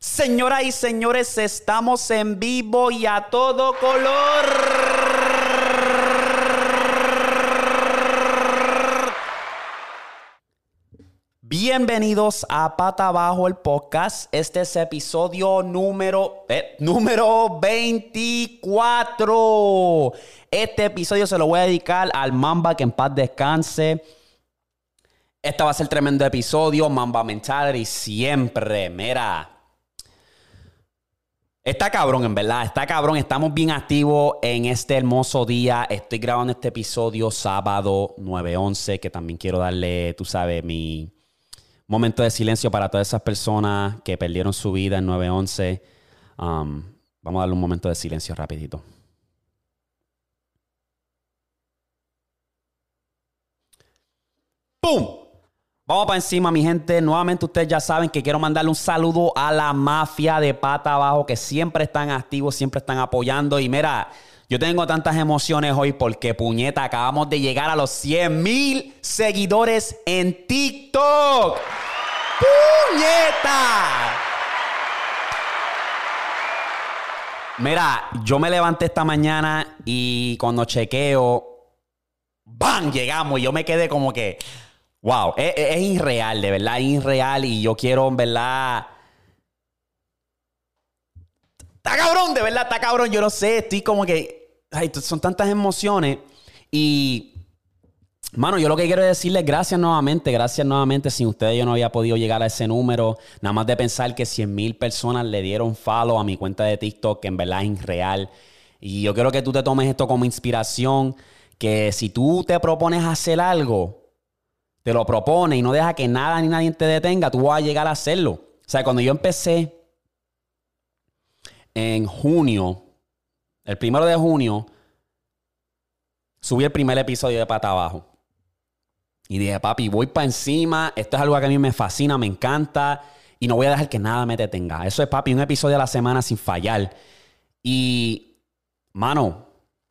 Señoras y señores, estamos en vivo y a todo color. Bienvenidos a Pata Abajo el podcast. Este es episodio número 24. Este episodio se lo voy a dedicar al Mamba, que en paz descanse. Este va a ser tremendo episodio. Mamba Mentality siempre. Mira, está cabrón, en verdad. Está cabrón. Estamos bien activos en este hermoso día. Estoy grabando este episodio sábado 9/11, que también quiero darle, tú sabes, mi momento de silencio para todas esas personas que perdieron su vida en 9/11. Vamos a darle un momento de silencio rapidito. ¡Pum! Vamos para encima, mi gente. Nuevamente ustedes ya saben que quiero mandarle un saludo a la mafia de Pata Abajo, que siempre están activos, siempre están apoyando. Y mira, yo tengo tantas emociones hoy porque, puñeta, acabamos de llegar a los 100,000 seguidores en TikTok. ¡Puñeta! Mira, yo me levanté esta mañana y cuando chequeo, ¡bam! Llegamos y yo me quedé como que, wow, es irreal, de verdad, es irreal. Y yo quiero, en verdad, está cabrón, de verdad, está cabrón. Yo no sé, estoy como que, ay, son tantas emociones. Y, mano, yo lo que quiero decirles, gracias nuevamente. Sin ustedes yo no había podido llegar a ese número. Nada más de pensar que 100,000 personas le dieron follow a mi cuenta de TikTok, que en verdad es irreal. Y yo quiero que tú te tomes esto como inspiración, que si tú te propones hacer algo, te lo propones y no deja que nada ni nadie te detenga, tú vas a llegar a hacerlo. O sea, cuando yo empecé en junio, el 1 de junio, subí el primer episodio de Pata Abajo. Y dije, papi, voy para encima. Esto es algo que a mí me fascina, me encanta. Y no voy a dejar que nada me detenga. Eso es, papi, un episodio a la semana sin fallar. Y, mano,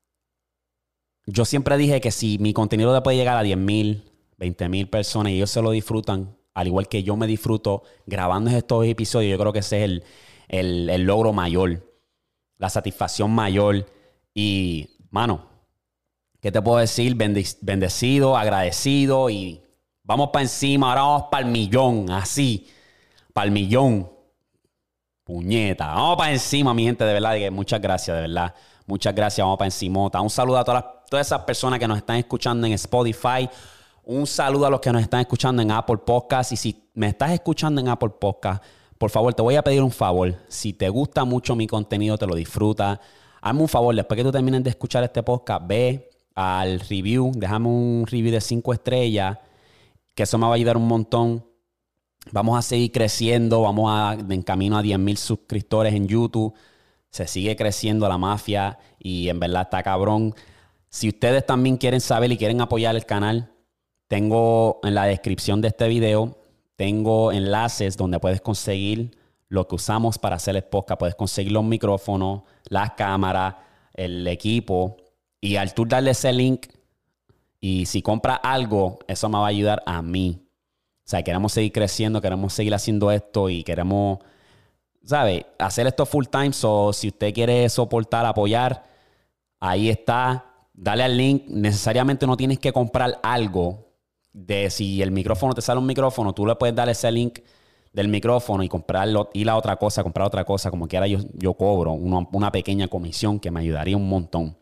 yo siempre dije que si mi contenido puede llegar a 10,000, 20,000 personas y ellos se lo disfrutan, al igual que yo me disfruto grabando estos episodios, yo creo que ese es el logro mayor, la satisfacción mayor. Y, mano, ¿qué te puedo decir? Bendecido, agradecido y vamos para encima. Ahora vamos para el millón, así, para el millón. Puñeta, vamos para encima, mi gente, de verdad. Muchas gracias, de verdad. Muchas gracias, vamos para encima. Un saludo a todas esas personas que nos están escuchando en Spotify. Un saludo a los que nos están escuchando en Apple Podcast. Y si me estás escuchando en Apple Podcast, por favor, te voy a pedir un favor. Si te gusta mucho mi contenido, te lo disfrutas, hazme un favor. Después que tú termines de escuchar este podcast, ve al review. Déjame un review de 5 estrellas, que eso me va a ayudar un montón. Vamos a seguir creciendo. Vamos en camino a 10,000 suscriptores en YouTube. Se sigue creciendo la mafia y en verdad está cabrón. Si ustedes también quieren saber y quieren apoyar el canal, tengo en la descripción de este video, tengo enlaces donde puedes conseguir lo que usamos para hacer el podcast. Puedes conseguir los micrófonos, las cámaras, el equipo. Y al tú darle ese link, y si compras algo, eso me va a ayudar a mí. O sea, queremos seguir creciendo, queremos seguir haciendo esto y queremos, ¿sabes?, hacer esto full time. So, si usted quiere soportar, apoyar, ahí está. Dale al link. Necesariamente no tienes que comprar algo. Si el micrófono te sale un micrófono, tú le puedes dar ese link del micrófono y comprarlo, y comprar otra cosa. Como quiera, yo cobro una pequeña comisión que me ayudaría un montón.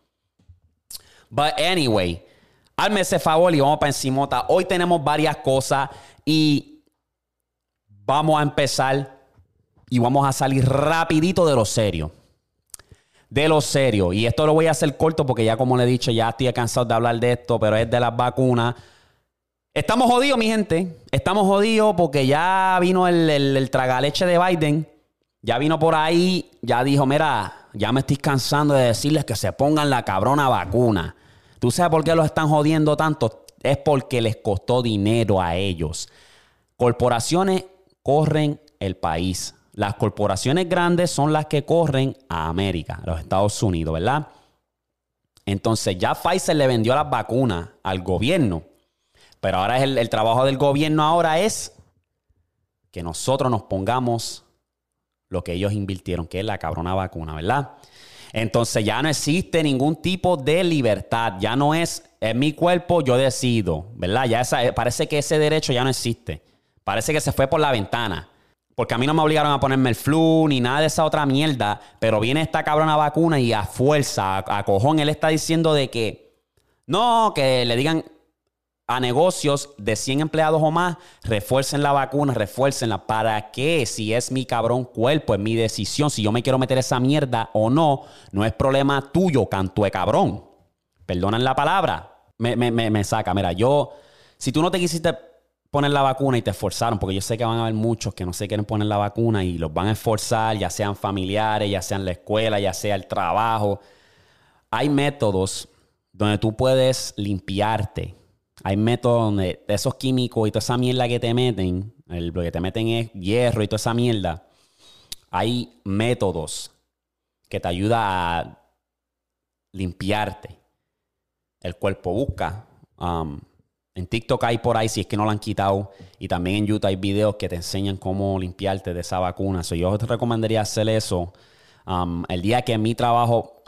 But anyway, hazme ese favor y vamos para encimota. Hoy tenemos varias cosas y vamos a empezar y vamos a salir rapidito de lo serio. Y esto lo voy a hacer corto porque ya, como le he dicho, ya estoy cansado de hablar de esto, pero es de las vacunas. Estamos jodidos, mi gente. Estamos jodidos porque ya vino el tragaleche de Biden. Ya vino por ahí. Ya dijo, mira, ya me estoy cansando de decirles que se pongan la cabrona vacuna. ¿Tú sabes por qué los están jodiendo tanto? Es porque les costó dinero a ellos. Corporaciones corren el país. Las corporaciones grandes son las que corren a América, a los Estados Unidos, ¿verdad? Entonces ya Pfizer le vendió las vacunas al gobierno. Pero ahora es el trabajo del gobierno ahora es que nosotros nos pongamos lo que ellos invirtieron, que es la cabrona vacuna, ¿verdad? Entonces ya no existe ningún tipo de libertad. Ya no es mi cuerpo, yo decido, ¿verdad? Parece que ese derecho ya no existe. Parece que se fue por la ventana. Porque a mí no me obligaron a ponerme el flu ni nada de esa otra mierda. Pero viene esta cabrona vacuna y a fuerza, a cojón, él está diciendo de que no, que le digan a negocios de 100 empleados o más, refuercen la vacuna, refuércenla. ¿Para qué? Si es mi cabrón cuerpo, es mi decisión. Si yo me quiero meter esa mierda o no, no es problema tuyo, canto de cabrón. Perdonan la palabra. Me saca. Mira, si tú no te quisiste poner la vacuna y te esforzaron, porque yo sé que van a haber muchos que no se quieren poner la vacuna y los van a esforzar, ya sean familiares, ya sean la escuela, ya sea el trabajo. Hay métodos donde tú puedes limpiarte. Hay métodos donde esos químicos y toda esa mierda que te meten, lo que te meten es hierro y toda esa mierda. Hay métodos que te ayudan a limpiarte. El cuerpo busca. En TikTok hay por ahí, si es que no lo han quitado. Y también en YouTube hay videos que te enseñan cómo limpiarte de esa vacuna. Yo te recomendaría hacer eso. El día que mi trabajo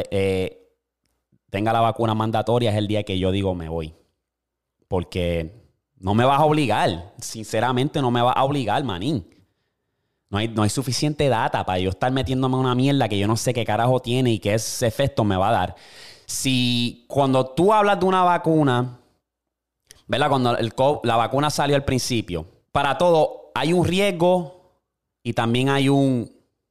tenga la vacuna mandatoria es el día que yo digo me voy. Porque no me vas a obligar. Sinceramente, no me vas a obligar, manín. No hay suficiente data para yo estar metiéndome en una mierda que yo no sé qué carajo tiene y qué ese efecto me va a dar. Si cuando tú hablas de una vacuna, ¿verdad? Cuando la vacuna salió al principio, para todo hay un riesgo y también hay un,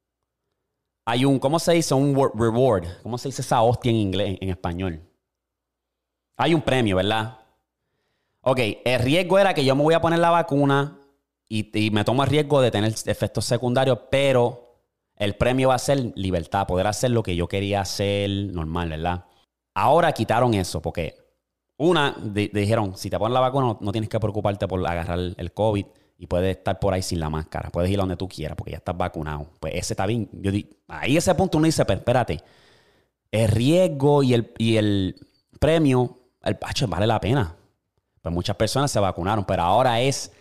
¿cómo se dice? Un reward. ¿Cómo se dice esa hostia en inglés, en español? Hay un premio, ¿verdad? Ok, el riesgo era que yo me voy a poner la vacuna y me tomo el riesgo de tener efectos secundarios, pero el premio va a ser libertad, poder hacer lo que yo quería hacer normal, ¿verdad? Ahora quitaron eso porque, dijeron, si te pones la vacuna no tienes que preocuparte por agarrar el COVID y puedes estar por ahí sin la máscara, puedes ir a donde tú quieras porque ya estás vacunado. Pues ese está bien. Ahí ese punto uno dice, pero espérate, el riesgo y el premio, el pacho vale la pena. Pues muchas personas se vacunaron, pero ahora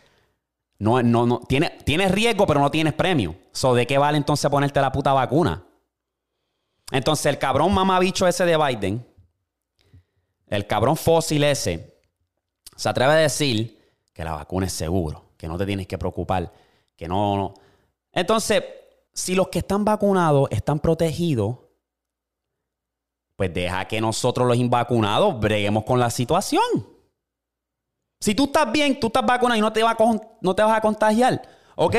tienes riesgo, pero no tienes premio. ¿De qué vale entonces ponerte la puta vacuna? Entonces el cabrón mamabicho ese de Biden, el cabrón fósil ese, se atreve a decir que la vacuna es seguro, que no te tienes que preocupar, que no. Entonces, si los que están vacunados están protegidos, pues deja que nosotros los invacunados breguemos con la situación. Si tú estás bien, tú estás vacunado y no te vas a contagiar, ok.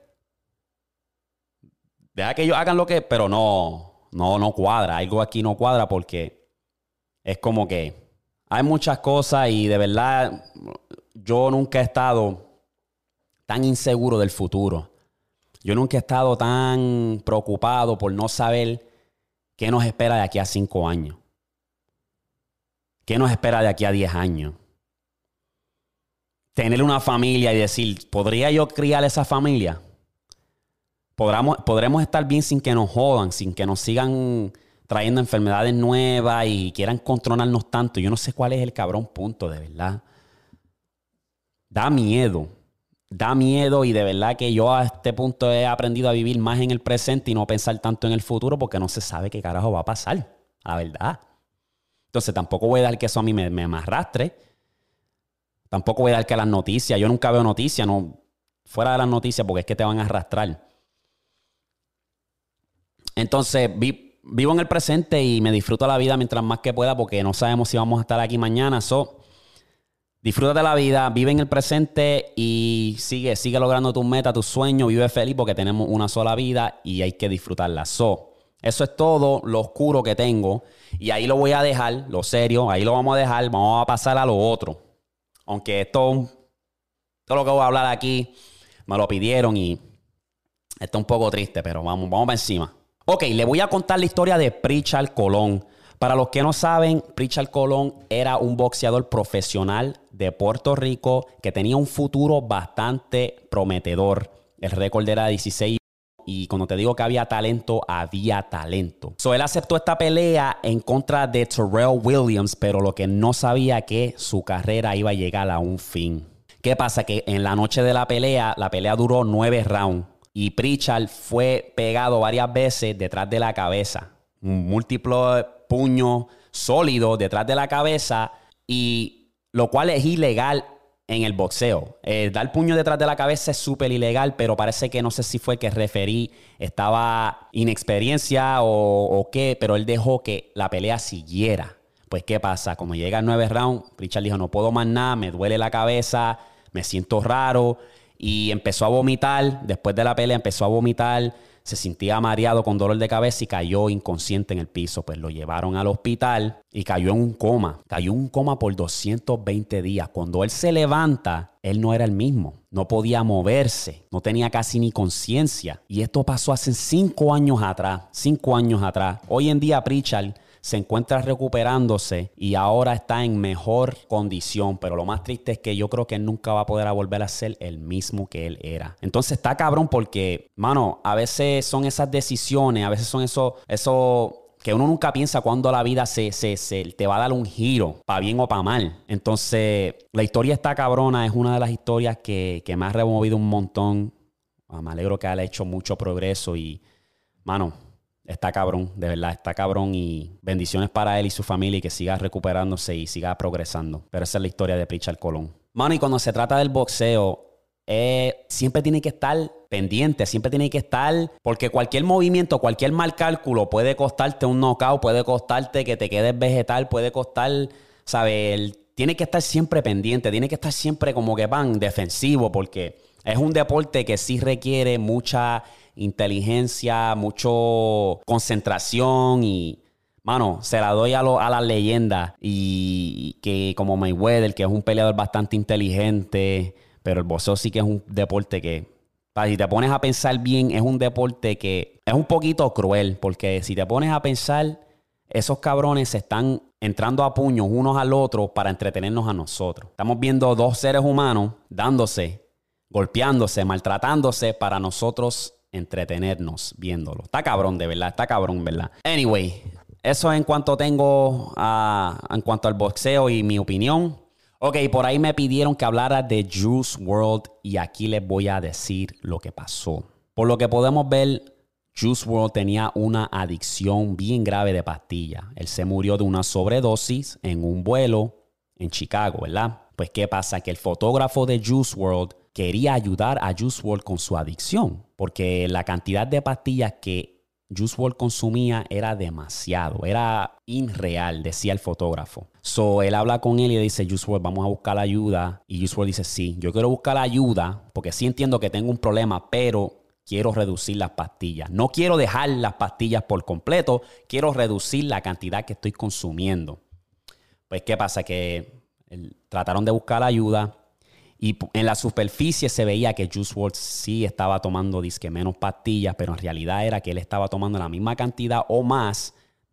Deja que ellos hagan lo que... Pero no cuadra. Algo aquí no cuadra porque es como que hay muchas cosas y de verdad yo nunca he estado tan inseguro del futuro. Yo nunca he estado tan preocupado por no saber qué nos espera de aquí a 5 años. ¿Qué nos espera de aquí a 10 años? Tener una familia y decir, ¿podría yo criar esa familia? ¿Podremos estar bien sin que nos jodan, sin que nos sigan trayendo enfermedades nuevas y quieran controlarnos tanto? Yo no sé cuál es el cabrón punto, de verdad. Da miedo y de verdad que yo a este punto he aprendido a vivir más en el presente y no pensar tanto en el futuro porque no se sabe qué carajo va a pasar, la verdad. Entonces tampoco voy a dar que eso a mí me arrastre. Tampoco voy a dar que las noticias. Yo nunca veo noticias, no, fuera de las noticias, porque es que te van a arrastrar. Entonces, vivo en el presente y me disfruto la vida mientras más que pueda, porque no sabemos si vamos a estar aquí mañana. Disfrútate de la vida, vive en el presente y sigue logrando tus metas, tus sueños, vive feliz porque tenemos una sola vida y hay que disfrutarla. Eso es todo lo oscuro que tengo y ahí lo voy a dejar, lo serio, ahí lo vamos a dejar, vamos a pasar a lo otro. Aunque todo lo que voy a hablar aquí me lo pidieron y está un poco triste, pero vamos para encima. Ok, le voy a contar la historia de Pritchard Colón. Para los que no saben, Pritchard Colón era un boxeador profesional de Puerto Rico que tenía un futuro bastante prometedor. El récord era 16 y cuando te digo que había talento, había talento. Él aceptó esta pelea en contra de Terrell Williams, pero lo que no sabía que su carrera iba a llegar a un fin. ¿Qué pasa? Que en la noche de la pelea duró 9 rounds. y Pritchard fue pegado varias veces detrás de la cabeza. Múltiplos puños sólidos detrás de la cabeza, y lo cual es ilegal en el boxeo. Dar puño detrás de la cabeza es súper ilegal, pero parece que no sé si fue que el referí estaba inexperiencia o qué, pero él dejó que la pelea siguiera. Pues, ¿qué pasa? Como llega el 9 round, Pritchard dijo, no puedo más nada, me duele la cabeza, me siento raro, y empezó a vomitar. Después de la pelea empezó a vomitar, se sentía mareado con dolor de cabeza y cayó inconsciente en el piso. Pues lo llevaron al hospital y cayó en un coma. Cayó en un coma por 220 días. Cuando él se levanta, él no era el mismo. No podía moverse. No tenía casi ni conciencia. Y esto pasó hace 5 años atrás. 5 años atrás. Hoy en día Pritchard se encuentra recuperándose y ahora está en mejor condición, pero lo más triste es que yo creo que él nunca va a poder volver a ser el mismo que él era. Entonces está cabrón porque, mano, a veces son esas decisiones, a veces son eso que uno nunca piensa cuando la vida se te va a dar un giro, para bien o para mal. Entonces, la historia está cabrona, es una de las historias que me ha removido un montón. Me alegro que haya hecho mucho progreso y, mano, está cabrón, de verdad, está cabrón, y bendiciones para él y su familia y que siga recuperándose y siga progresando. Pero esa es la historia de Pritchard Colón. Mano, y cuando se trata del boxeo, siempre tiene que estar pendiente, siempre tiene que estar, porque cualquier movimiento, cualquier mal cálculo puede costarte un knockout, puede costarte que te quedes vegetal, puede costar, ¿sabes? Tiene que estar siempre pendiente, tiene que estar siempre como que defensivo, porque es un deporte que sí requiere mucha inteligencia, mucho concentración y, mano, se la doy a las leyendas y que como Mayweather, que es un peleador bastante inteligente, pero el boxeo sí que es un deporte que, si te pones a pensar bien, es un deporte que es un poquito cruel, porque si te pones a pensar, esos cabrones se están entrando a puños unos al otro para entretenernos a nosotros. Estamos viendo dos seres humanos dándose, golpeándose, maltratándose para nosotros entretenernos viéndolo. Está cabrón, de verdad. Está cabrón, ¿verdad? Anyway, eso en cuanto en cuanto al boxeo y mi opinión. Ok, por ahí me pidieron que hablara de Juice WRLD y aquí les voy a decir lo que pasó. Por lo que podemos ver, Juice WRLD tenía una adicción bien grave de pastillas. Él se murió de una sobredosis en un vuelo en Chicago, ¿verdad? Pues, ¿qué pasa? Que el fotógrafo de Juice WRLD quería ayudar a Juice WRLD con su adicción, porque la cantidad de pastillas que Juice WRLD consumía era demasiado, era irreal, decía el fotógrafo. So, él habla con él y dice, Juice WRLD, vamos a buscar ayuda. Y Juice WRLD dice, sí, yo quiero buscar ayuda porque sí entiendo que tengo un problema, pero quiero reducir las pastillas. No quiero dejar las pastillas por completo, quiero reducir la cantidad que estoy consumiendo. Pues, ¿qué pasa? Que trataron de buscar ayuda. Y en la superficie se veía que Juice WRLD sí estaba tomando disque menos pastillas, pero en realidad era que él estaba tomando la misma cantidad o más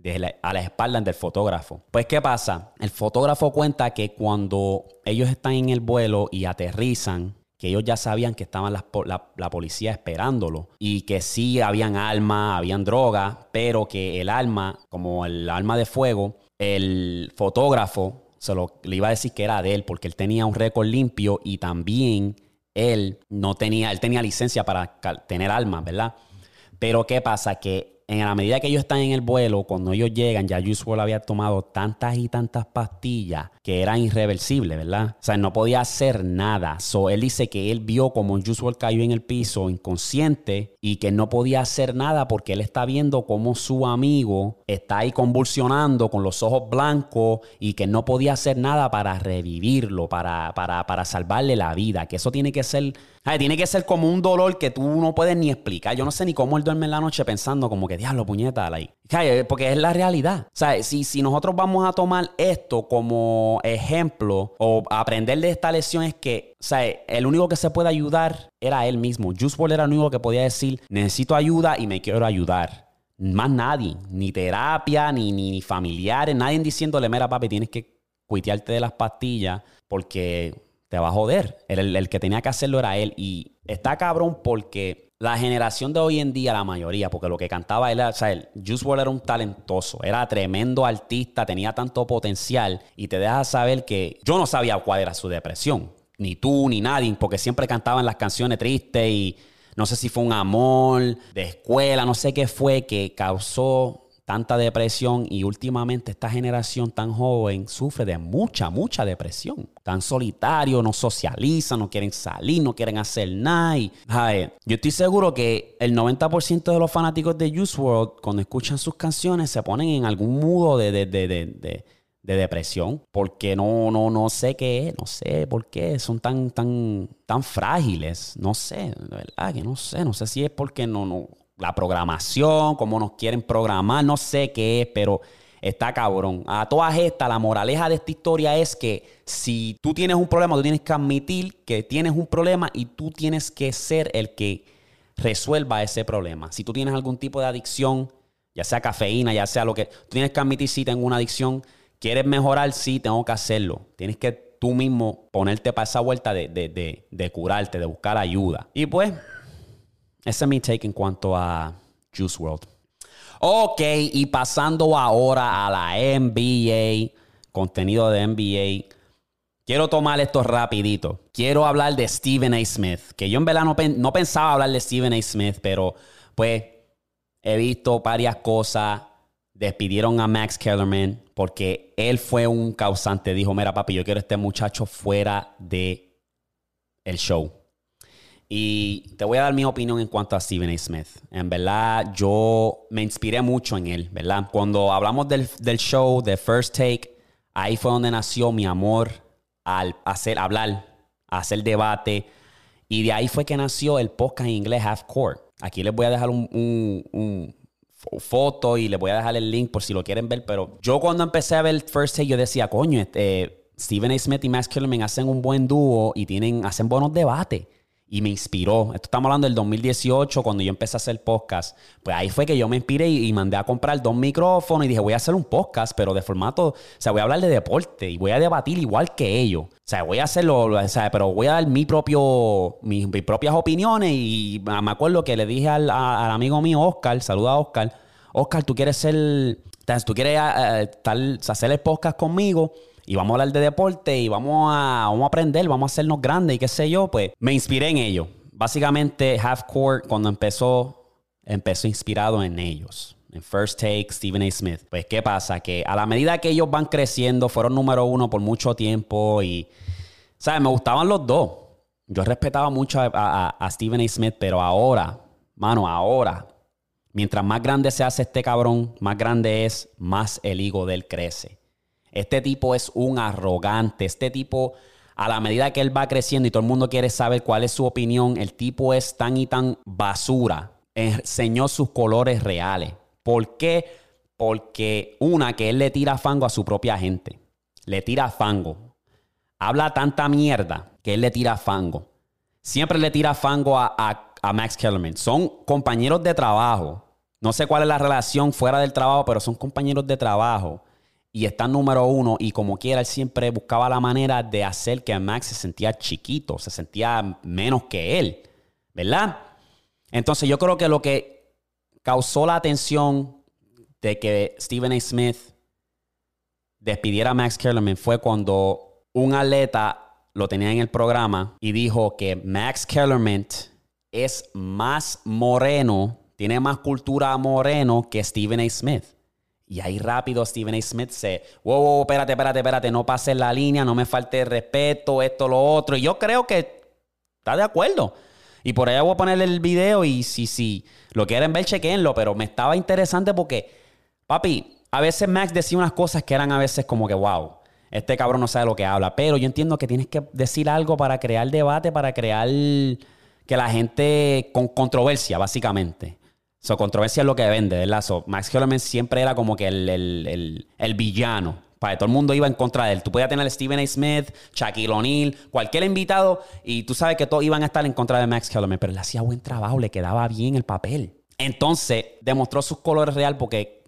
a las espaldas del fotógrafo. Pues, ¿qué pasa? El fotógrafo cuenta que cuando ellos están en el vuelo y aterrizan, que ellos ya sabían que estaban la policía esperándolo y que sí habían armas, habían drogas, pero que el arma, como el arma de fuego, el fotógrafo le iba a decir que era de él porque él tenía un récord limpio y también él tenía licencia para tener armas, ¿verdad? Pero ¿qué pasa? Que en la medida que ellos están en el vuelo, cuando ellos llegan, ya Juice WRLD había tomado tantas y tantas pastillas que eran irreversibles, ¿verdad? O sea, no podía hacer nada. So, él dice que él vio como Juice WRLD cayó en el piso inconsciente y que no podía hacer nada porque él está viendo cómo su amigo está ahí convulsionando con los ojos blancos y que no podía hacer nada para revivirlo, para salvarle la vida. Que eso tiene que ser como un dolor que tú no puedes ni explicar. Yo no sé ni cómo él duerme en la noche pensando como que diablo, puñeta, porque es la realidad. O sea, si nosotros vamos a tomar esto como ejemplo o aprender de esta lección es que, o sea, el único que se puede ayudar era él mismo. Juice WRLD era el único que podía decir, necesito ayuda y me quiero ayudar. Más nadie, ni terapia, ni familiares, nadie diciéndole, mira papi, tienes que cuitearte de las pastillas porque te va a joder. El que tenía que hacerlo era él. Y está cabrón porque la generación de hoy en día, la mayoría, porque lo que cantaba él, o sea, Juice WRLD era un talentoso, era tremendo artista, tenía tanto potencial y te deja saber que yo no sabía cuál era su depresión. Ni tú, ni nadie, porque siempre cantaban las canciones tristes y No sé si fue un amor de escuela, no sé qué fue que causó tanta depresión y últimamente esta generación tan joven sufre de mucha, mucha depresión. Tan solitario, no socializan, no quieren salir, no quieren hacer nada. Yo estoy seguro que el 90% de los fanáticos de Juice WRLD, cuando escuchan sus canciones, se ponen en algún modo de depresión, porque no sé qué es, no sé por qué son tan frágiles, no sé, de verdad que no sé si es porque la programación, cómo nos quieren programar, no sé qué es, pero está cabrón. A todas estas, la moraleja de esta historia es que si tú tienes un problema, tú tienes que admitir que tienes un problema y tú tienes que ser el que resuelva ese problema. Si tú tienes algún tipo de adicción, ya sea cafeína, ya sea lo que... Tú tienes que admitir si tengo una adicción. ¿Quieres mejorar? Sí, tengo que hacerlo. Tienes que tú mismo ponerte para esa vuelta de curarte, de buscar ayuda. Y pues, ese es mi take en cuanto a Juice WRLD. Ok, y pasando ahora a la NBA, contenido de NBA. Quiero tomar esto rapidito. Quiero hablar de Stephen A. Smith, que yo en verdad no pensaba hablar de Stephen A. Smith, pero pues he visto varias cosas. Despidieron a Max Kellerman porque él fue un causante. Dijo, mira papi, yo quiero a este muchacho fuera de el show. Y te voy a dar mi opinión en cuanto a Stephen A. Smith. En verdad, yo me inspiré mucho en él, ¿verdad? Cuando hablamos del show, de First Take, ahí fue donde nació mi amor al hablar, hacer debate. Y de ahí fue que nació el podcast en inglés Half Court. Aquí les voy a dejar un foto y les voy a dejar el link por si lo quieren ver. Pero yo cuando empecé a ver First Take, yo decía, coño, Stephen A. Smith y Max Kellerman hacen un buen dúo y hacen buenos debates. Y me inspiró. Esto estamos hablando del 2018, cuando yo empecé a hacer podcast. Pues ahí fue que yo me inspiré y mandé a comprar 2 micrófonos y dije, voy a hacer un podcast, pero de formato, o sea, voy a hablar de deporte y voy a debatir igual que ellos. O sea, voy a hacerlo, o sea, pero voy a dar mis propias opiniones. Y me acuerdo que le dije al amigo mío, Oscar, saluda a Oscar. Oscar, tú quieres hacer el podcast conmigo y vamos a hablar de deporte y vamos a aprender, vamos a hacernos grandes y qué sé yo. Pues me inspiré en ellos. Básicamente, Half Court, cuando empezó inspirado en ellos. En First Take, Stephen A. Smith. Pues, ¿qué pasa? Que a la medida que ellos van creciendo, fueron número 1 por mucho tiempo y, ¿sabes? Me gustaban los dos. Yo respetaba mucho a Stephen A. Smith, pero ahora, mientras más grande se hace este cabrón, más grande es, más el ego de él crece. Este tipo es un arrogante. Este tipo, a la medida que él va creciendo y todo el mundo quiere saber cuál es su opinión, el tipo es tan y tan basura. Enseñó sus colores reales. ¿Por qué? Porque que él le tira fango a su propia gente. Le tira fango. Habla tanta mierda que él le tira fango. Siempre le tira fango a Max Kellerman. Son compañeros de trabajo. No sé cuál es la relación fuera del trabajo, pero son compañeros de trabajo. Y está número 1 y como quiera, él siempre buscaba la manera de hacer que Max se sentía chiquito, se sentía menos que él, ¿verdad? Entonces yo creo que lo que causó la atención de que Stephen A. Smith despidiera a Max Kellerman fue cuando un atleta lo tenía en el programa y dijo que Max Kellerman es más moreno, tiene más cultura moreno que Stephen A. Smith. Y ahí rápido Stephen A. Smith wow, espérate, no pases la línea, no me falte el respeto, esto, lo otro. Y yo creo que está de acuerdo. Y por ahí voy a ponerle el video y si lo quieren ver, chequenlo. Pero me estaba interesante porque, papi, a veces Max decía unas cosas que eran a veces como que, wow, este cabrón no sabe lo que habla. Pero yo entiendo que tienes que decir algo para crear debate, para crear que la gente con controversia, básicamente. Controversia es lo que vende, ¿verdad? Max Kellerman siempre era como que el villano. Para todo el mundo iba en contra de él. Tú podías tener a Stephen A. Smith, Shaquille O'Neal, cualquier invitado, y tú sabes que todos iban a estar en contra de Max Kellerman, pero él hacía buen trabajo, le quedaba bien el papel. Entonces, demostró sus colores real porque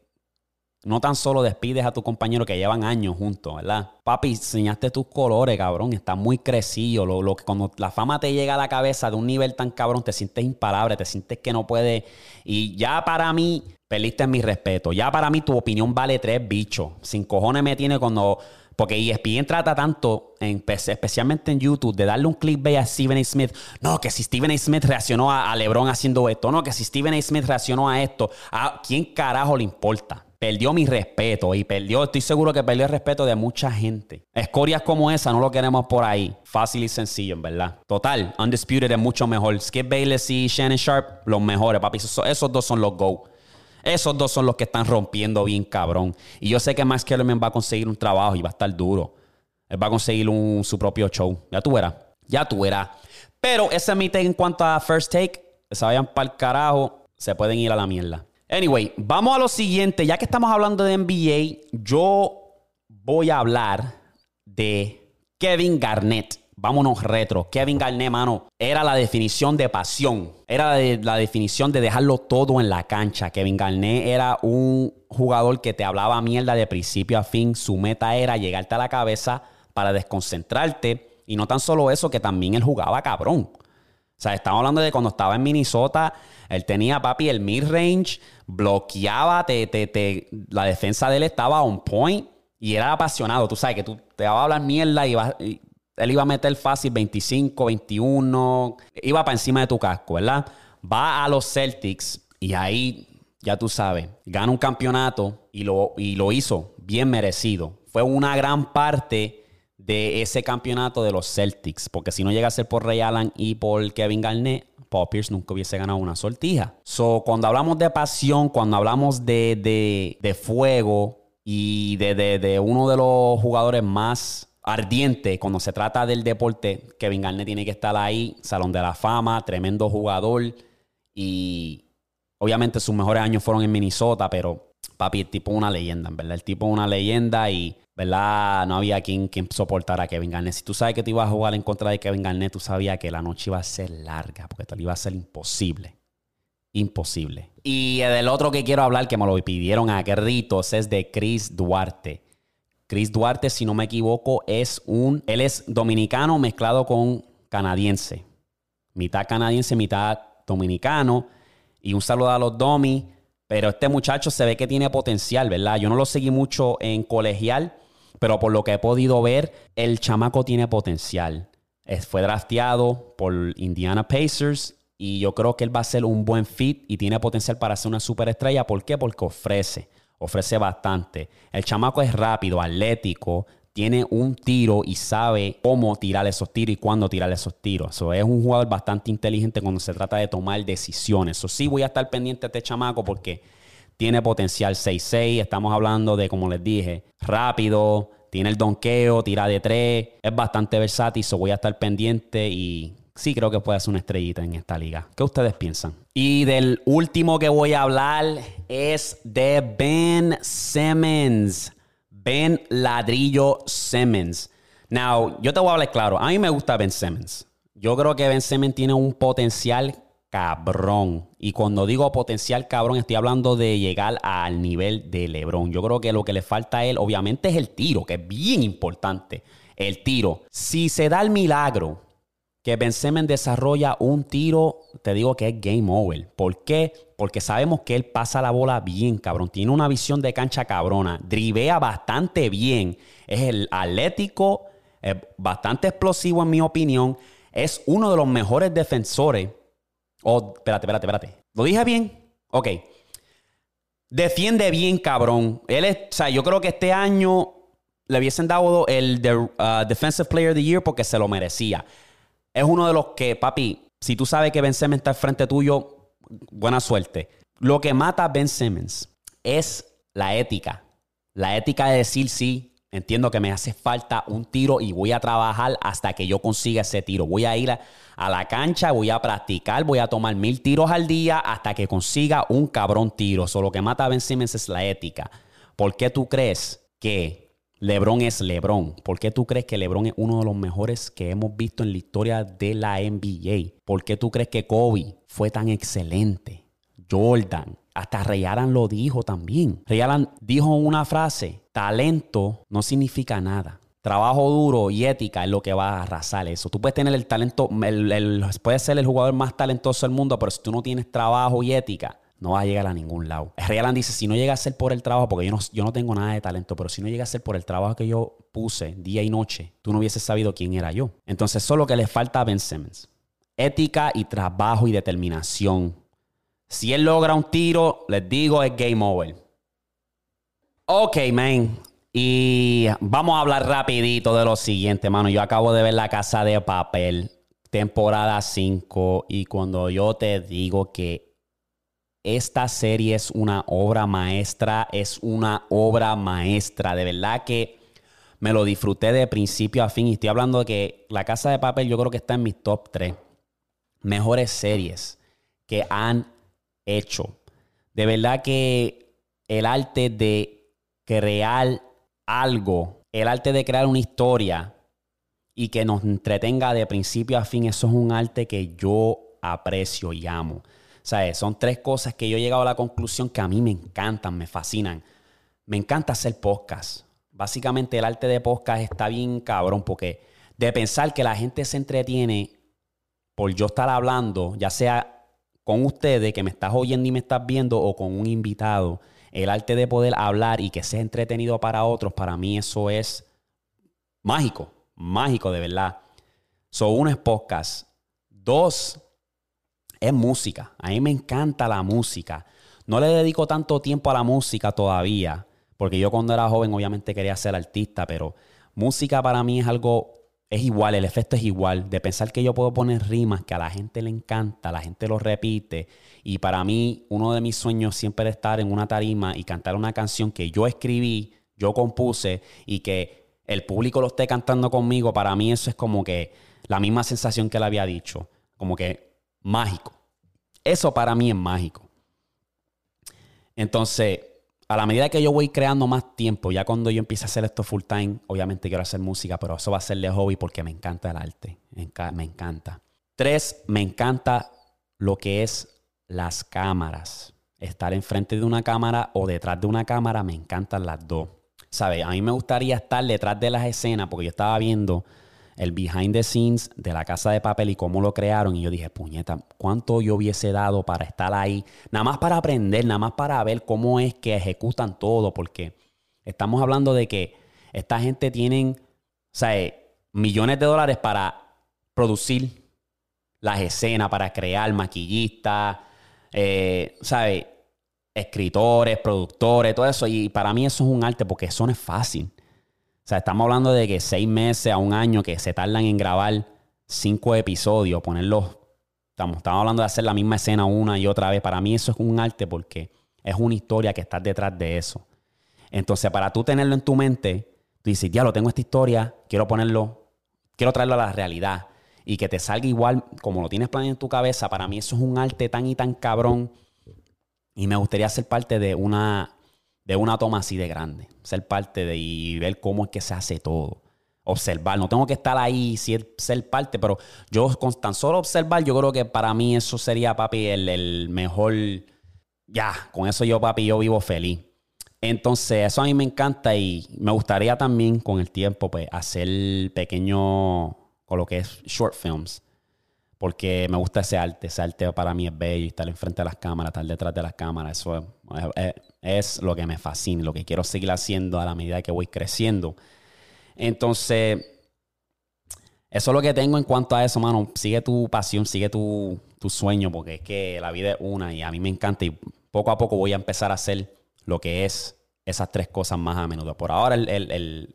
no tan solo despides a tu compañero que llevan años juntos, ¿verdad? Papi, enseñaste tus colores, cabrón. Estás muy crecido. Cuando la fama te llega a la cabeza de un nivel tan cabrón, te sientes impalable, te sientes que no puedes. Y ya para mí, perdiste mi respeto. Ya para mí tu opinión vale 3 bichos. Sin cojones me tiene cuando Porque ESPN trata tanto, especialmente en YouTube, de darle un clickbait a Stephen A. Smith. No, que si Stephen A. Smith reaccionó a LeBron haciendo esto. No, que si Stephen A. Smith reaccionó a esto. ¿A quién carajo le importa? Perdió mi respeto y estoy seguro que perdió el respeto de mucha gente. Escorias como esa no lo queremos por ahí. Fácil y sencillo, en verdad. Total, Undisputed es mucho mejor. Skip Bayless y Shannon Sharp, los mejores, papi. Esos dos son los GO. Esos dos son los que están rompiendo bien, cabrón. Y yo sé que Max Kellerman va a conseguir un trabajo y va a estar duro. Él va a conseguir su propio show. Ya tú verás. Ya tú verás. Pero ese es mi take en cuanto a First Take. Que se vayan para el carajo. Se pueden ir a la mierda. Anyway, vamos a lo siguiente. Ya que estamos hablando de NBA, yo voy a hablar de Kevin Garnett. Vámonos retro. Kevin Garnett, mano, era la definición de pasión. Era la definición de dejarlo todo en la cancha. Kevin Garnett era un jugador que te hablaba mierda de principio a fin. Su meta era llegarte a la cabeza para desconcentrarte. Y no tan solo eso, que también él jugaba cabrón. O sea, estamos hablando de cuando estaba en Minnesota, él tenía, papi, el mid-range, bloqueaba, la defensa de él estaba on point y era apasionado. Tú sabes que tú te vas a hablar mierda y él iba a meter fácil 25, 21, iba para encima de tu casco, ¿verdad? Va a los Celtics y ahí, ya tú sabes, gana un campeonato y lo hizo bien merecido. Fue una gran parte de ese campeonato de los Celtics. Porque si no llega a ser por Ray Allen y por Kevin Garnett, Paul Pierce nunca hubiese ganado una sortija. So, cuando hablamos de pasión, cuando hablamos de fuego y de uno de los jugadores más ardientes cuando se trata del deporte, Kevin Garnett tiene que estar ahí. Salón de la Fama, tremendo jugador. Y obviamente sus mejores años fueron en Minnesota, pero papi, el tipo es una leyenda, en verdad. El tipo es una leyenda y ¿verdad? No había quien soportara a Kevin Garnett. Si tú sabes que te ibas a jugar en contra de Kevin Garnett, tú sabías que la noche iba a ser larga, porque te lo iba a ser imposible. Imposible. Y del otro que quiero hablar, que me lo pidieron a gritos, es de Chris Duarte. Chris Duarte, si no me equivoco, él es dominicano mezclado con canadiense. Mitad canadiense, mitad dominicano. Y un saludo a los domis. Pero este muchacho se ve que tiene potencial, ¿verdad? Yo no lo seguí mucho en colegial, pero por lo que he podido ver, el chamaco tiene potencial. Fue drafteado por Indiana Pacers y yo creo que él va a ser un buen fit y tiene potencial para ser una superestrella. ¿Por qué? Porque ofrece bastante. El chamaco es rápido, atlético, tiene un tiro y sabe cómo tirar esos tiros y cuándo tirar esos tiros. Es un jugador bastante inteligente cuando se trata de tomar decisiones. Sí voy a estar pendiente de este chamaco porque tiene potencial 6'6". Estamos hablando de, como les dije, rápido, tiene el donqueo, tira de 3. Es bastante versátil, voy a estar pendiente y sí creo que puede ser una estrellita en esta liga. ¿Qué ustedes piensan? Y del último que voy a hablar es de Ben Simmons. Ben Ladrillo Simmons. Now, yo te voy a hablar claro. A mí me gusta Ben Simmons. Yo creo que Ben Simmons tiene un potencial cabrón. Y cuando digo potencial cabrón, estoy hablando de llegar al nivel de LeBron. Yo creo que lo que le falta a él, obviamente, es el tiro, que es bien importante. El tiro. Si se da el milagro que Ben Simmons desarrolla un tiro, te digo que es game over. ¿Por qué? Porque sabemos que él pasa la bola bien, cabrón. Tiene una visión de cancha cabrona. Drivea bastante bien. Es el atlético, es bastante explosivo en mi opinión. Es uno de los mejores defensores. Oh, espérate. ¿Lo dije bien? Ok. Defiende bien, cabrón. Yo creo que este año le hubiesen dado el Defensive Player of the Year porque se lo merecía. Es uno de los que, papi, si tú sabes que Ben Simmons está al frente tuyo, buena suerte. Lo que mata a Ben Simmons es la ética. La ética de decir, sí, entiendo que me hace falta un tiro y voy a trabajar hasta que yo consiga ese tiro. Voy a ir a la cancha, voy a practicar, voy a tomar 1000 tiros al día hasta que consiga un cabrón tiro. Lo que mata a Ben Simmons es la ética. ¿Por qué tú crees que LeBron es LeBron? ¿Por qué tú crees que LeBron es uno de los mejores que hemos visto en la historia de la NBA? ¿Por qué tú crees que Kobe fue tan excelente? Jordan, hasta Ray Allen lo dijo también. Ray Allen dijo una frase: talento no significa nada. Trabajo duro y ética es lo que va a arrasar eso. Tú puedes tener el talento, puedes ser el jugador más talentoso del mundo, pero si tú no tienes trabajo y ética, no vas a llegar a ningún lado. Ray Alan dice, si no llega a ser por el trabajo, porque yo no tengo nada de talento, pero si no llega a ser por el trabajo que yo puse día y noche, tú no hubieses sabido quién era yo. Entonces, eso es lo que le falta a Ben Simmons. Ética y trabajo y determinación. Si él logra un tiro, les digo, es game over. Ok, man. Y vamos a hablar rapidito de lo siguiente, mano. Yo acabo de ver La Casa de Papel, temporada 5, y cuando yo te digo que esta serie es una obra maestra, de verdad que me lo disfruté de principio a fin. Y estoy hablando de que La Casa de Papel yo creo que está en mis top 3 mejores series que han hecho. De verdad que el arte de crear algo, el arte de crear una historia y que nos entretenga de principio a fin, eso es un arte que yo aprecio y amo. ¿Sabes? Son 3 cosas que yo he llegado a la conclusión que a mí me encantan, me fascinan. Me encanta hacer podcast. Básicamente el arte de podcast está bien cabrón porque de pensar que la gente se entretiene por yo estar hablando, ya sea con ustedes que me estás oyendo y me estás viendo o con un invitado, el arte de poder hablar y que sea entretenido para otros, para mí eso es mágico, mágico de verdad. Uno es podcast. 2 es música. A mí me encanta la música. No le dedico tanto tiempo a la música todavía, porque yo cuando era joven obviamente quería ser artista, pero música para mí es algo, es igual, el efecto es igual, de pensar que yo puedo poner rimas que a la gente le encanta, la gente lo repite, y para mí uno de mis sueños siempre es estar en una tarima y cantar una canción que yo escribí, yo compuse, y que el público lo esté cantando conmigo. Para mí eso es como que la misma sensación que le había dicho, como que mágico. Eso para mí es mágico. Entonces, a la medida que yo voy creando más tiempo, ya cuando yo empiece a hacer esto full time, obviamente quiero hacer música, pero eso va a ser de hobby porque me encanta el arte. Me encanta. 3, me encanta lo que es las cámaras. Estar enfrente de una cámara o detrás de una cámara, me encantan las dos. ¿Sabes? A mí me gustaría estar detrás de las escenas porque yo estaba viendo el behind the scenes de La Casa de Papel y cómo lo crearon. Y yo dije, puñeta, ¿cuánto yo hubiese dado para estar ahí? Nada más para aprender, nada más para ver cómo es que ejecutan todo. Porque estamos hablando de que esta gente tienen, ¿sabes?, millones de dólares para producir las escenas, para crear maquillistas, ¿sabes?, escritores, productores, todo eso. Y para mí eso es un arte porque eso no es fácil. O sea, estamos hablando de que 6 meses a 1 año que se tardan en grabar 5 episodios, ponerlos. Estamos hablando de hacer la misma escena una y otra vez. Para mí eso es un arte porque es una historia que está detrás de eso. Entonces, para tú tenerlo en tu mente, tú dices, diablo, tengo esta historia, quiero traerlo a la realidad. Y que te salga igual como lo tienes planeado en tu cabeza. Para mí eso es un arte tan y tan cabrón. Y me gustaría ser parte de una toma así de grande. Ser parte y ver cómo es que se hace todo. Observar. No tengo que estar ahí, ser parte, pero yo con tan solo observar, yo creo que para mí eso sería, papi, el mejor. Ya, con eso yo, papi, yo vivo feliz. Entonces, eso a mí me encanta y me gustaría también con el tiempo, pues, hacer pequeños, con lo que es short films. Porque me gusta ese arte. Ese arte para mí es bello. Estar enfrente de las cámaras, estar detrás de las cámaras. Eso es lo que me fascina. Lo que quiero seguir haciendo a la medida que voy creciendo. Entonces, eso es lo que tengo en cuanto a eso, mano. Sigue tu pasión, sigue tu sueño. Porque es que la vida es una y a mí me encanta. Y poco a poco voy a empezar a hacer lo que es esas 3 cosas más a menudo. Por ahora el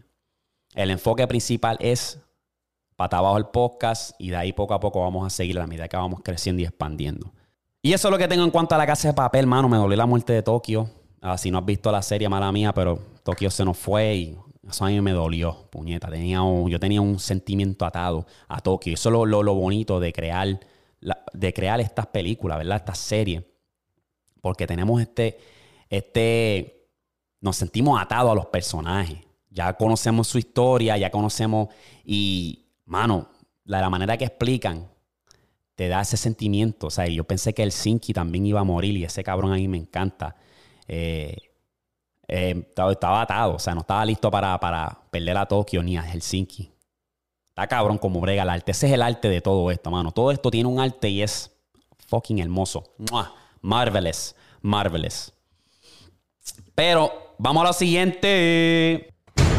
enfoque principal es pata abajo el podcast y de ahí poco a poco vamos a seguir a la medida que vamos creciendo y expandiendo. Y eso es lo que tengo en cuanto a La Casa de Papel, mano. Me dolió la muerte de Tokio. Si no has visto la serie, mala mía, pero Tokio se nos fue y eso a mí me dolió, puñeta. Yo tenía un sentimiento atado a Tokio. Eso es lo bonito de crear estas películas, ¿verdad? Estas series. Porque tenemos nos sentimos atados a los personajes. Ya conocemos su historia, ya conocemos y... Mano, la manera que explican te da ese sentimiento. O sea, yo pensé que Helsinki también iba a morir y ese cabrón a mí me encanta. Estaba atado. O sea, no estaba listo para perder a Tokio ni a Helsinki. Está cabrón como brega el arte. Ese es el arte de todo esto, mano. Todo esto tiene un arte y es fucking hermoso. ¡Mua! Marvelous. Marvelous. Pero vamos a lo siguiente.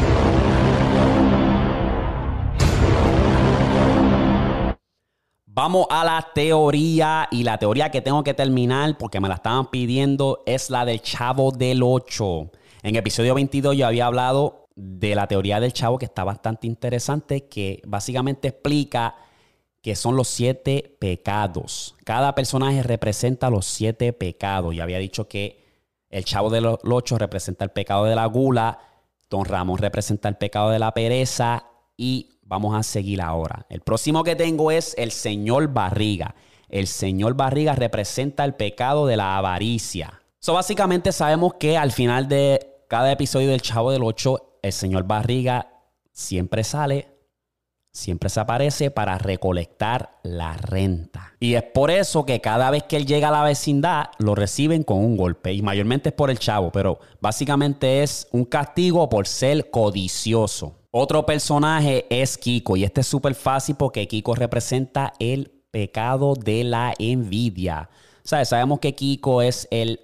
Vamos a la teoría, y la teoría que tengo que terminar porque me la estaban pidiendo es la del Chavo del 8. En episodio 22 yo había hablado de la teoría del Chavo, que está bastante interesante, que básicamente explica que son los 7 pecados. Cada personaje representa los 7 pecados. Yo había dicho que el Chavo del 8 representa el pecado de la gula, Don Ramón representa el pecado de la pereza, y vamos a seguir ahora. El próximo que tengo es el Señor Barriga. El Señor Barriga representa el pecado de la avaricia. Básicamente sabemos que al final de cada episodio del Chavo del 8, el Señor Barriga siempre sale, siempre se aparece para recolectar la renta. Y es por eso que cada vez que él llega a la vecindad, lo reciben con un golpe. Y mayormente es por el Chavo, pero básicamente es un castigo por ser codicioso. Otro personaje es Kiko, y este es súper fácil porque Kiko representa el pecado de la envidia. Sabemos que Kiko es el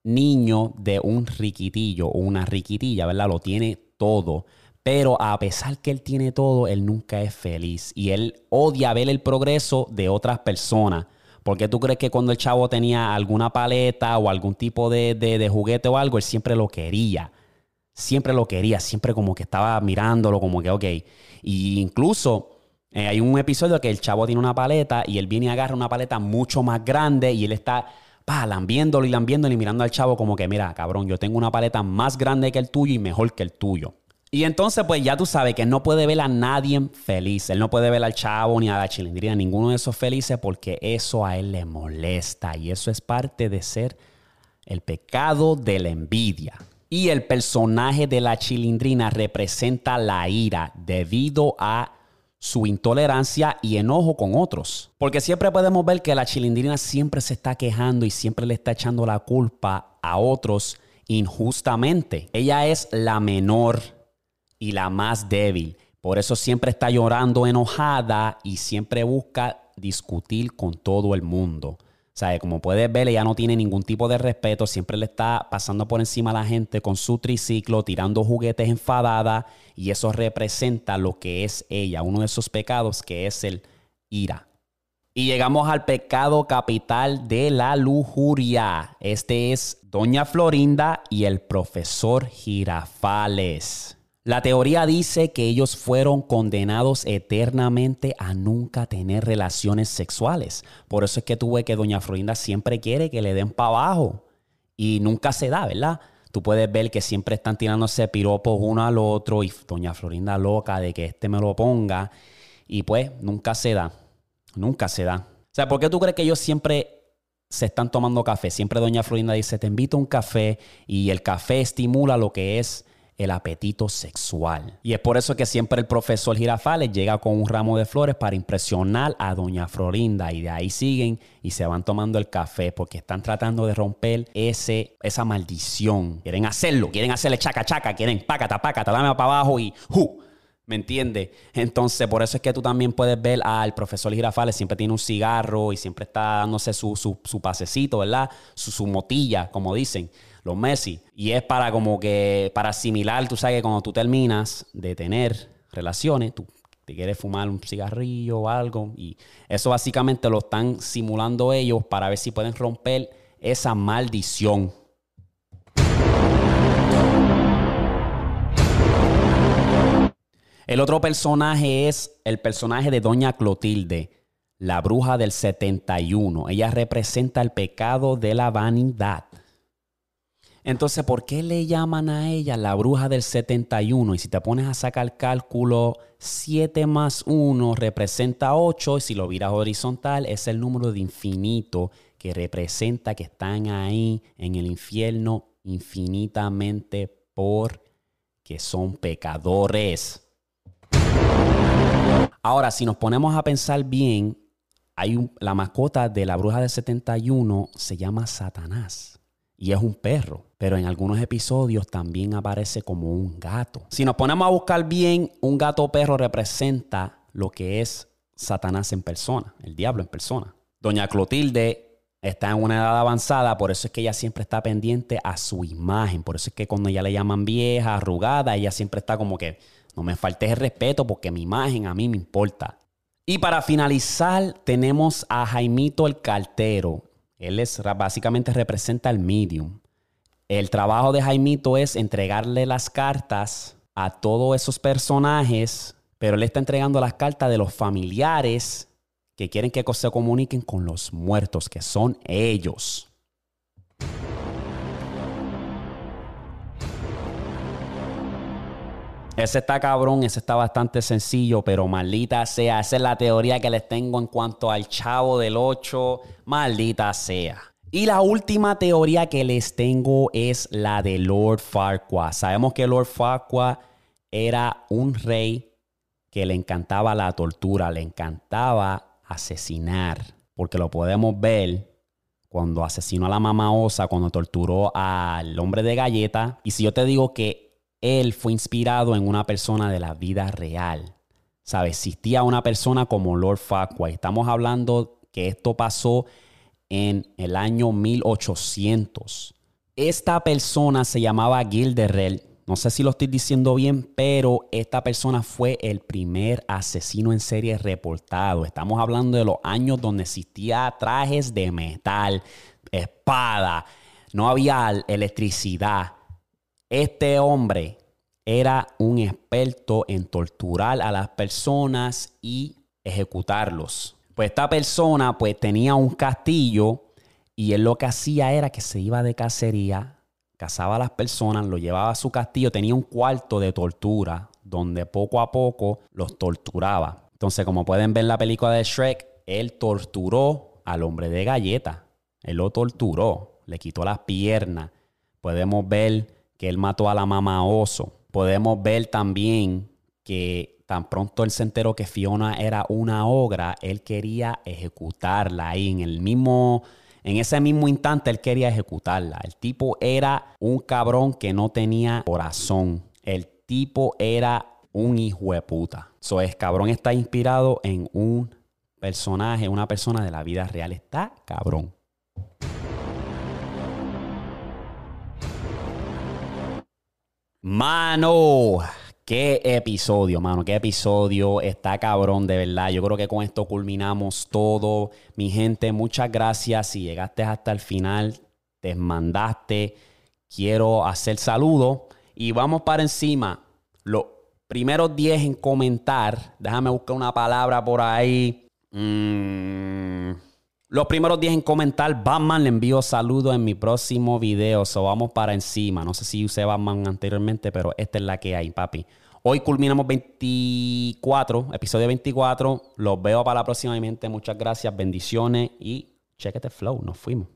niño de un riquitillo o una riquitilla, ¿verdad? Lo tiene todo. Pero a pesar que él tiene todo, él nunca es feliz. Y él odia ver el progreso de otras personas. ¿Por qué tú crees que cuando el Chavo tenía alguna paleta o algún tipo de juguete o algo, él siempre lo quería? Siempre lo quería, siempre como que estaba mirándolo, como que ok. Y incluso hay un episodio que el Chavo tiene una paleta y él viene y agarra una paleta mucho más grande y él está lambiéndolo y mirando al Chavo como que mira, cabrón, yo tengo una paleta más grande que el tuyo y mejor que el tuyo. Y entonces pues ya tú sabes que él no puede ver a nadie feliz. Él no puede ver al Chavo ni a la Chilindrina, ninguno de esos felices, porque eso a él le molesta. Y eso es parte de ser el pecado de la envidia. Y el personaje de la Chilindrina representa la ira debido a su intolerancia y enojo con otros. Porque siempre podemos ver que la Chilindrina siempre se está quejando y siempre le está echando la culpa a otros injustamente. Ella es la menor y la más débil. Por eso siempre está llorando enojada y siempre busca discutir con todo el mundo. Como puedes ver, ella no tiene ningún tipo de respeto. Siempre le está pasando por encima a la gente con su triciclo, tirando juguetes enfadada. Y eso representa lo que es ella, uno de esos pecados que es el ira. Y llegamos al pecado capital de la lujuria. Este es Doña Florinda y el profesor Girafales. La teoría dice que ellos fueron condenados eternamente a nunca tener relaciones sexuales. Por eso es que tú ves que Doña Florinda siempre quiere que le den para abajo y nunca se da, ¿verdad? Tú puedes ver que siempre están tirándose piropos uno al otro y Doña Florinda loca de que me lo ponga y pues nunca se da, nunca se da. ¿Por qué tú crees que ellos siempre se están tomando café? Siempre Doña Florinda dice, te invito a un café, y el café estimula lo que es el apetito sexual. Y es por eso que siempre el profesor Girafales llega con un ramo de flores para impresionar a Doña Florinda, y de ahí siguen y se van tomando el café porque están tratando de romper esa maldición. Quieren hacerlo, quieren hacerle chaca chaca, quieren pácata, dame para abajo y ¿me entiendes? Entonces, por eso es que tú también puedes ver al profesor Girafales, siempre tiene un cigarro y siempre está dándose su pasecito, ¿verdad? Su motilla, como dicen los Messi. Y es para como que, para asimilar, tú sabes que cuando tú terminas de tener relaciones, tú te quieres fumar un cigarrillo o algo. Y eso básicamente lo están simulando ellos para ver si pueden romper esa maldición. El otro personaje es el personaje de Doña Clotilde, la bruja del 71. Ella representa el pecado de la vanidad. Entonces, ¿por qué le llaman a ella la bruja del 71? Y si te pones a sacar cálculo, 7 más 1 representa 8. Y si lo miras horizontal, es el número de infinito que representa que están ahí en el infierno infinitamente porque son pecadores. Ahora, si nos ponemos a pensar bien, la mascota de la bruja del 71 se llama Satanás. Y es un perro, pero en algunos episodios también aparece como un gato. Si nos ponemos a buscar bien, un gato perro representa lo que es Satanás en persona, el diablo en persona. Doña Clotilde está en una edad avanzada, por eso es que ella siempre está pendiente a su imagen. Por eso es que cuando ella le llaman vieja, arrugada, ella siempre está como que no me faltes el respeto porque mi imagen a mí me importa. Y para finalizar, tenemos a Jaimito el cartero. Él básicamente representa al medium. El trabajo de Jaimito es entregarle las cartas a todos esos personajes, pero él está entregando las cartas de los familiares que quieren que se comuniquen con los muertos, que son ellos. Ese está cabrón, ese está bastante sencillo, pero maldita sea, esa es la teoría que les tengo en cuanto al Chavo del 8, maldita sea. Y la última teoría que les tengo es la de Lord Farquaad. Sabemos que Lord Farquaad era un rey que le encantaba la tortura, le encantaba asesinar, porque lo podemos ver cuando asesinó a la mamá Osa, cuando torturó al hombre de galleta. Y si yo te digo que él fue inspirado en una persona de la vida real, ¿sabes? Existía una persona como Lord Farquaad. Estamos hablando que esto pasó en el año 1800. Esta persona se llamaba Gilderel. No sé si lo estoy diciendo bien, pero esta persona fue el primer asesino en serie reportado. Estamos hablando de los años donde existía trajes de metal, espada, no había electricidad. Este hombre era un experto en torturar a las personas y ejecutarlos. Pues esta persona pues tenía un castillo y él lo que hacía era que se iba de cacería, cazaba a las personas, lo llevaba a su castillo, tenía un cuarto de tortura donde poco a poco los torturaba. Entonces, como pueden ver en la película de Shrek, él torturó al hombre de galleta. Él lo torturó, le quitó las piernas. Podemos ver que él mató a la mamá oso. Podemos ver también que tan pronto él se enteró que Fiona era una ogra, él quería ejecutarla ahí en ese mismo instante él quería ejecutarla. El tipo era un cabrón que no tenía corazón. El tipo era un hijo de puta. El cabrón está inspirado en un personaje, una persona de la vida real. Está cabrón. Mano, qué episodio, mano, qué episodio. Está cabrón, de verdad. Yo creo que con esto culminamos todo. Mi gente, muchas gracias. Si llegaste hasta el final, te mandaste. Quiero hacer saludos y vamos para encima. Los primeros 10 en comentar. Déjame buscar una palabra por ahí. Los primeros 10 en comentar, Batman, le envío saludos en mi próximo video. Vamos para encima. No sé si usé Batman anteriormente, pero esta es la que hay, papi. Hoy culminamos 24, episodio 24. Los veo para la próxima, mi gente. Muchas gracias, bendiciones y chequete flow. Nos fuimos.